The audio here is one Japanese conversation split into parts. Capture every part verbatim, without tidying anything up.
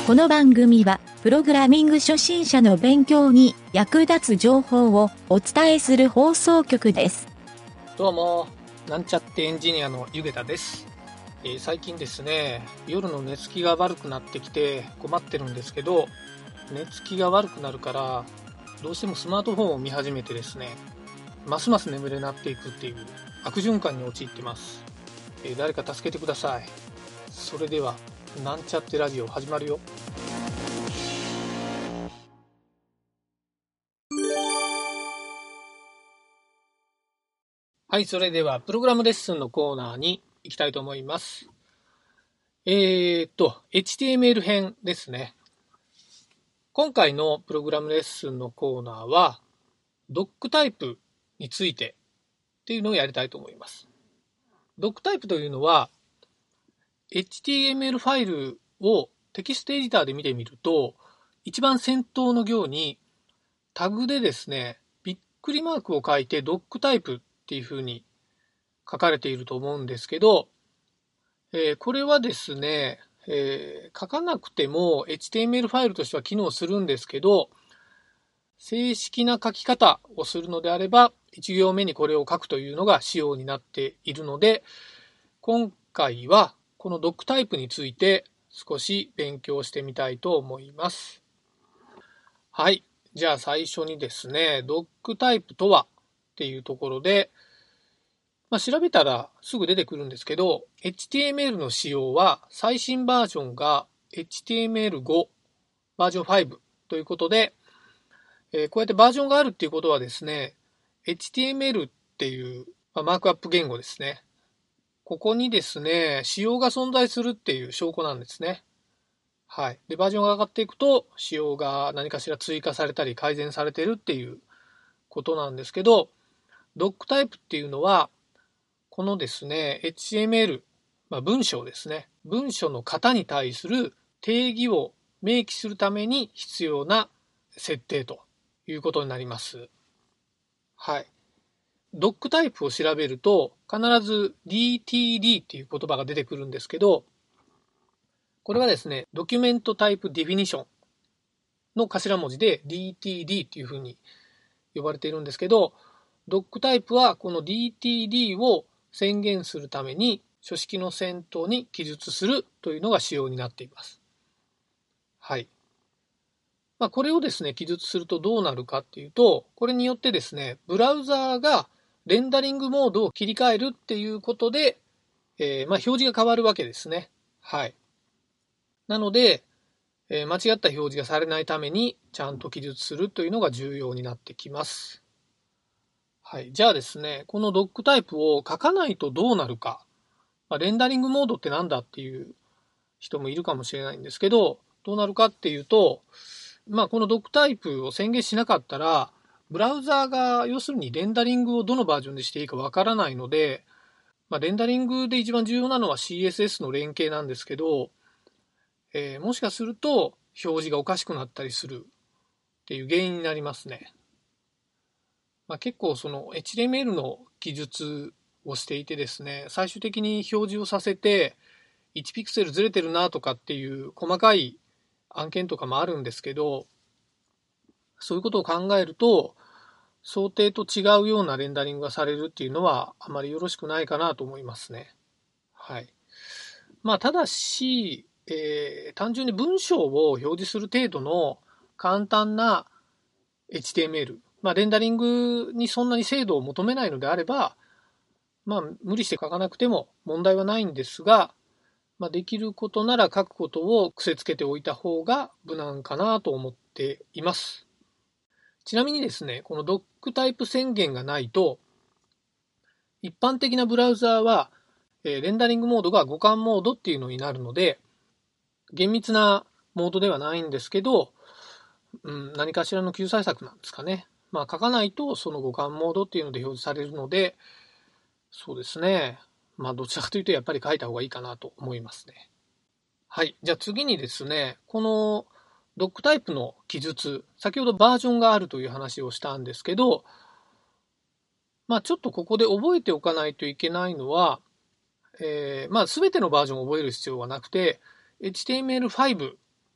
この番組はプログラミング初心者の勉強に役立つ情報をお伝えする放送局です。 どうも、なんちゃってエンジニアのゆげたです。えー、最近ですね、夜の寝つきが悪くなってきて困ってるんですけど、寝つきが悪くなるからどうしてもスマートフォンを見始めてですね、ますます眠れなっていくっていう悪循環に陥ってます。えー、誰か助けてください。それではなんちゃってラジオ始まるよ。はい、それではプログラムレッスンのコーナーに行きたいと思います。えーっと エイチティーエムエル 編ですね。今回のプログラムレッスンのコーナーはドックタイプについてっていうのをやりたいと思います。ドックタイプというのは エイチティーエムエル ファイルをテキストエディターで見てみると、一番先頭の行にタグでですね、びっくりマークを書いてドックタイプっていうふうに書かれていると思うんですけど、えー、これはですね、えー、書かなくても エイチティーエムエル ファイルとしては機能するんですけど、正式な書き方をするのであればいち行目にこれを書くというのが仕様になっているので、今回はこのドックタイプについて少し勉強してみたいと思います。はい。じゃあ最初にですね、ドックタイプとはっていうところで、まあ、調べたらすぐ出てくるんですけど、エイチティーエムエル の仕様は最新バージョンが エイチティーエムエルファイブ バージョンファイブということで、えー、こうやってバージョンがあるっていうことはですね、エイチティーエムエル っていう、まあ、マークアップ言語ですね。ここにですね、仕様が存在するっていう証拠なんですね。はい。で、バージョンが上がっていくと、仕様が何かしら追加されたり改善されてるっていうことなんですけど、ドックタイプっていうのは、このですね、エイチティーエムエル、まあ、文章ですね。文章の型に対する定義を明記するために必要な設定ということになります。はい。ドックタイプを調べると必ず ディーティーディー っていう言葉が出てくるんですけど、これはですね、ドキュメントタイプディフィニションの頭文字で ディーティーディー っていうふうに呼ばれているんですけど、ドックタイプはこの ディーティーディー を宣言するために書式の先頭に記述するというのが仕様になっています。はい。まあ、これをですね、記述するとどうなるかっていうと、これによってですね、ブラウザーがレンダリングモードを切り替えるっていうことで、えー、まあ表示が変わるわけですね。はい。なので、えー、間違った表示がされないためにちゃんと記述するというのが重要になってきます。はい。じゃあですね、このドックタイプを書かないとどうなるか。まあ、レンダリングモードってなんだっていう人もいるかもしれないんですけど、どうなるかっていうと、まあ、このドックタイプを宣言しなかったら、ブラウザーが要するにレンダリングをどのバージョンでしていいかわからないので、まあ、レンダリングで一番重要なのは シーエスエス の連携なんですけど、えー、もしかすると表示がおかしくなったりするっていう原因になりますね。まあ、結構その エイチティーエムエル の記述をしていてですね、最終的に表示をさせていちピクセルずれてるなとかっていう細かい案件とかもあるんですけど、そういうことを考えると、想定と違うようなレンダリングがされるっていうのはあまりよろしくないかなと思いますね。はい。まあ、ただし、えー、単純に文章を表示する程度の簡単な エイチティーエムエル、まあ、レンダリングにそんなに精度を求めないのであれば、まあ、無理して書かなくても問題はないんですが、まあ、できることなら書くことを癖つけておいた方が無難かなと思っています。ちなみにですね、このドックタイプ宣言がないと、一般的なブラウザーは、えー、レンダリングモードが互換モードっていうのになるので、厳密なモードではないんですけど、うん、何かしらの救済策なんですかね。まあ書かないとその互換モードっていうので表示されるので、そうですね。まあどちらかというとやっぱり書いた方がいいかなと思いますね。はい。じゃあ次にですね、このドックタイプの記述、先ほどバージョンがあるという話をしたんですけど、まあちょっとここで覚えておかないといけないのは、えー、まあ全てのバージョンを覚える必要はなくて、エイチティーエムエルファイブ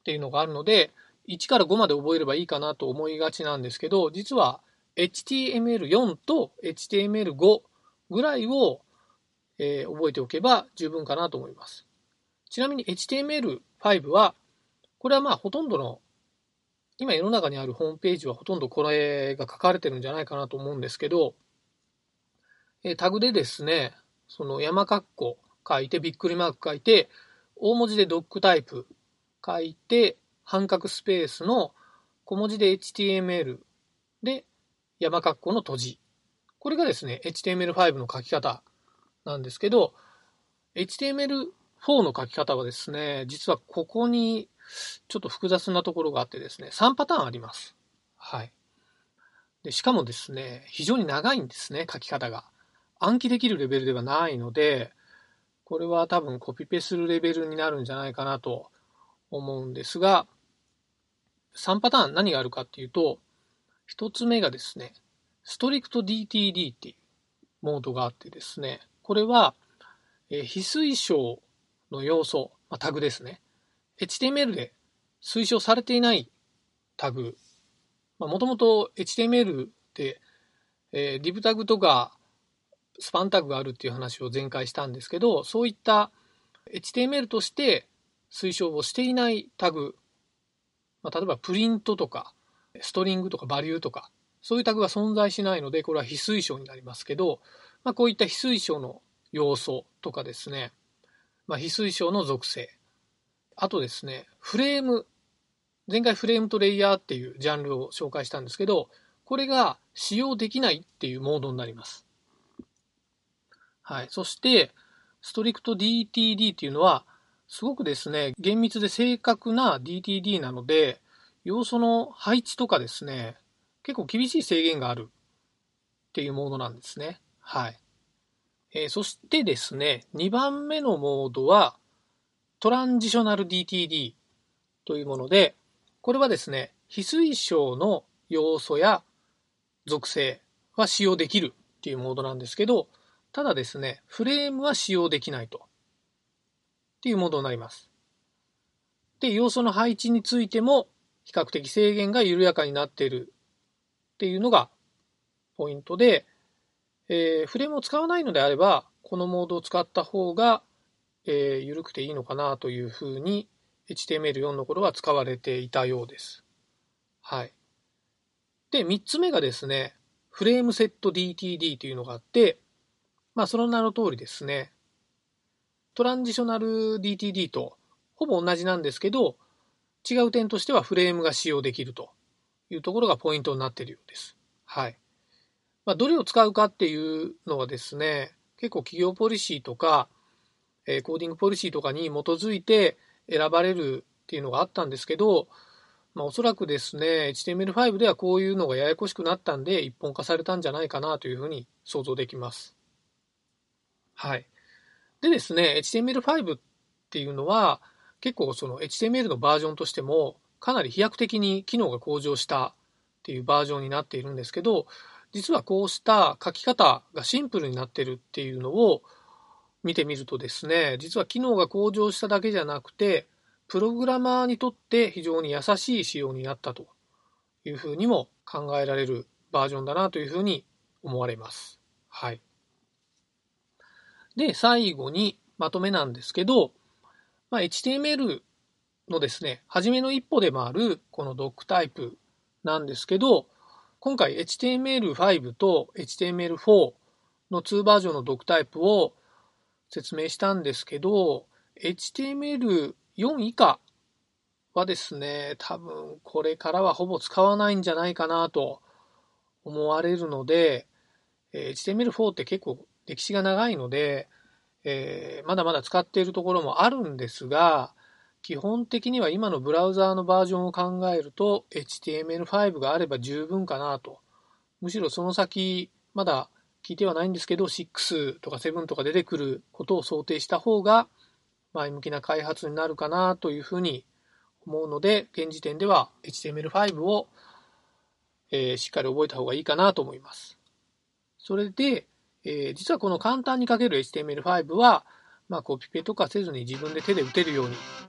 っていうのがあるので、いちからごまで覚えればいいかなと思いがちなんですけど、実は エイチティーエムエルフォー と エイチティーエムエルファイブ ぐらいを、えー覚えておけば十分かなと思います。ちなみに エイチティーエムエルファイブ は、これはまあほとんどの、今世の中にあるホームページはほとんどこれが書かれてるんじゃないかなと思うんですけど、えータグでですね、その山括弧書いて、びっくりマーク書いて、大文字でドックタイプ書いて、半角スペースの小文字で エイチティーエムエル で山括弧の閉じ。これがですね、エイチティーエムエルファイブ の書き方なんですけど、エイチティーエムエルフォー の書き方はですね、実はここにちょっと複雑なところがあってですね、さんパターンあります。はい。で、しかもですね、非常に長いんですね、書き方が。暗記できるレベルではないので、これは多分コピペするレベルになるんじゃないかなと思うんですが、さんパターン何があるかっていうと、ひとつめがですね、ストリクト ディーティーディー っていうモードがあってですね、これは、えー非推奨の要素、まあ、タグですね。エイチティーエムエル で推奨されていないタグ、もともと エイチティーエムエル で、えー、div タグとかスパンタグがあるっていう話を前回したんですけど、そういった エイチティーエムエル として推奨をしていないタグ、まあ、例えばプリントとかストリングとかバリューとか、そういうタグが存在しないので、これは非推奨になりますけど、まあ、こういった非推奨の要素とかですね、まあ、非推奨の属性、あとですね、フレーム、前回フレームとレイヤーっていうジャンルを紹介したんですけど、これが使用できないっていうモードになります。はい。そして、ストリクト ディーティーディー っていうのは、すごくですね、厳密で正確な ディーティーディー なので、要素の配置とかですね、結構厳しい制限があるっていうモードなんですね。はい。えーそしてですね、にばんめのモードは、トランジショナル ディーティーディー というもので、これはですね、非推奨の要素や属性は使用できるっていうモードなんですけど、ただですね、フレームは使用できないとっていうモードになります。で、要素の配置についても比較的制限が緩やかになっているっていうのがポイントで、えーフレームを使わないのであれば、このモードを使った方が、えー緩くていいのかなというふうに エイチティーエムエルフォー の頃は使われていたようです。はい。で、みっつめがですね、フレームセット ディーティーディー というのがあって、まあその名の通りですね、トランジショナル ディーティーディー とほぼ同じなんですけど、違う点としてはフレームが使用できるというところがポイントになっているようです。はい。まあ、どれを使うかっていうのはですね、結構企業ポリシーとか、えーコーディングポリシーとかに基づいて選ばれるっていうのがあったんですけど、まあ、おそらくですね、エイチティーエムエルファイブ ではこういうのがややこしくなったんで、一本化されたんじゃないかなというふうに想像できます。はい。でですね、エイチティーエムエルファイブ っていうのは、結構その エイチティーエムエル のバージョンとしても、かなり飛躍的に機能が向上したっていうバージョンになっているんですけど、実はこうした書き方がシンプルになってるっていうのを見てみるとですね、実は機能が向上しただけじゃなくて、プログラマーにとって非常に優しい仕様になったというふうにも考えられるバージョンだなというふうに思われます。はい。で、最後にまとめなんですけど、まあ、エイチティーエムエル のですね、初めの一歩でもあるこのドックタイプなんですけど、今回 エイチティーエムエルファイブ と エイチティーエムエルフォー のにバージョンのドックタイプを説明したんですけど、エイチティーエムエルフォー 以下はですね、多分これからはほぼ使わないんじゃないかなと思われるので、エイチティーエムエルフォー って結構歴史が長いので、えーまだまだ使っているところもあるんですが、基本的には今のブラウザーのバージョンを考えると エイチティーエムエルファイブ があれば十分かなと。むしろその先、まだ聞いてはないんですけど、シックスとかセブンとか出てくることを想定した方が前向きな開発になるかなというふうに思うので、現時点では エイチティーエムエルファイブ を、えーしっかり覚えた方がいいかなと思います。それで、えー実はこの簡単に書ける エイチティーエムエルファイブ は、まあ、コピペとかせずに自分で手で打てるように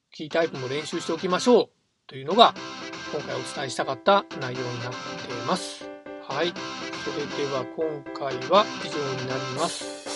キータイプも練習しておきましょうというのが今回お伝えしたかった内容になっています。はい。それでは今回は以上になります。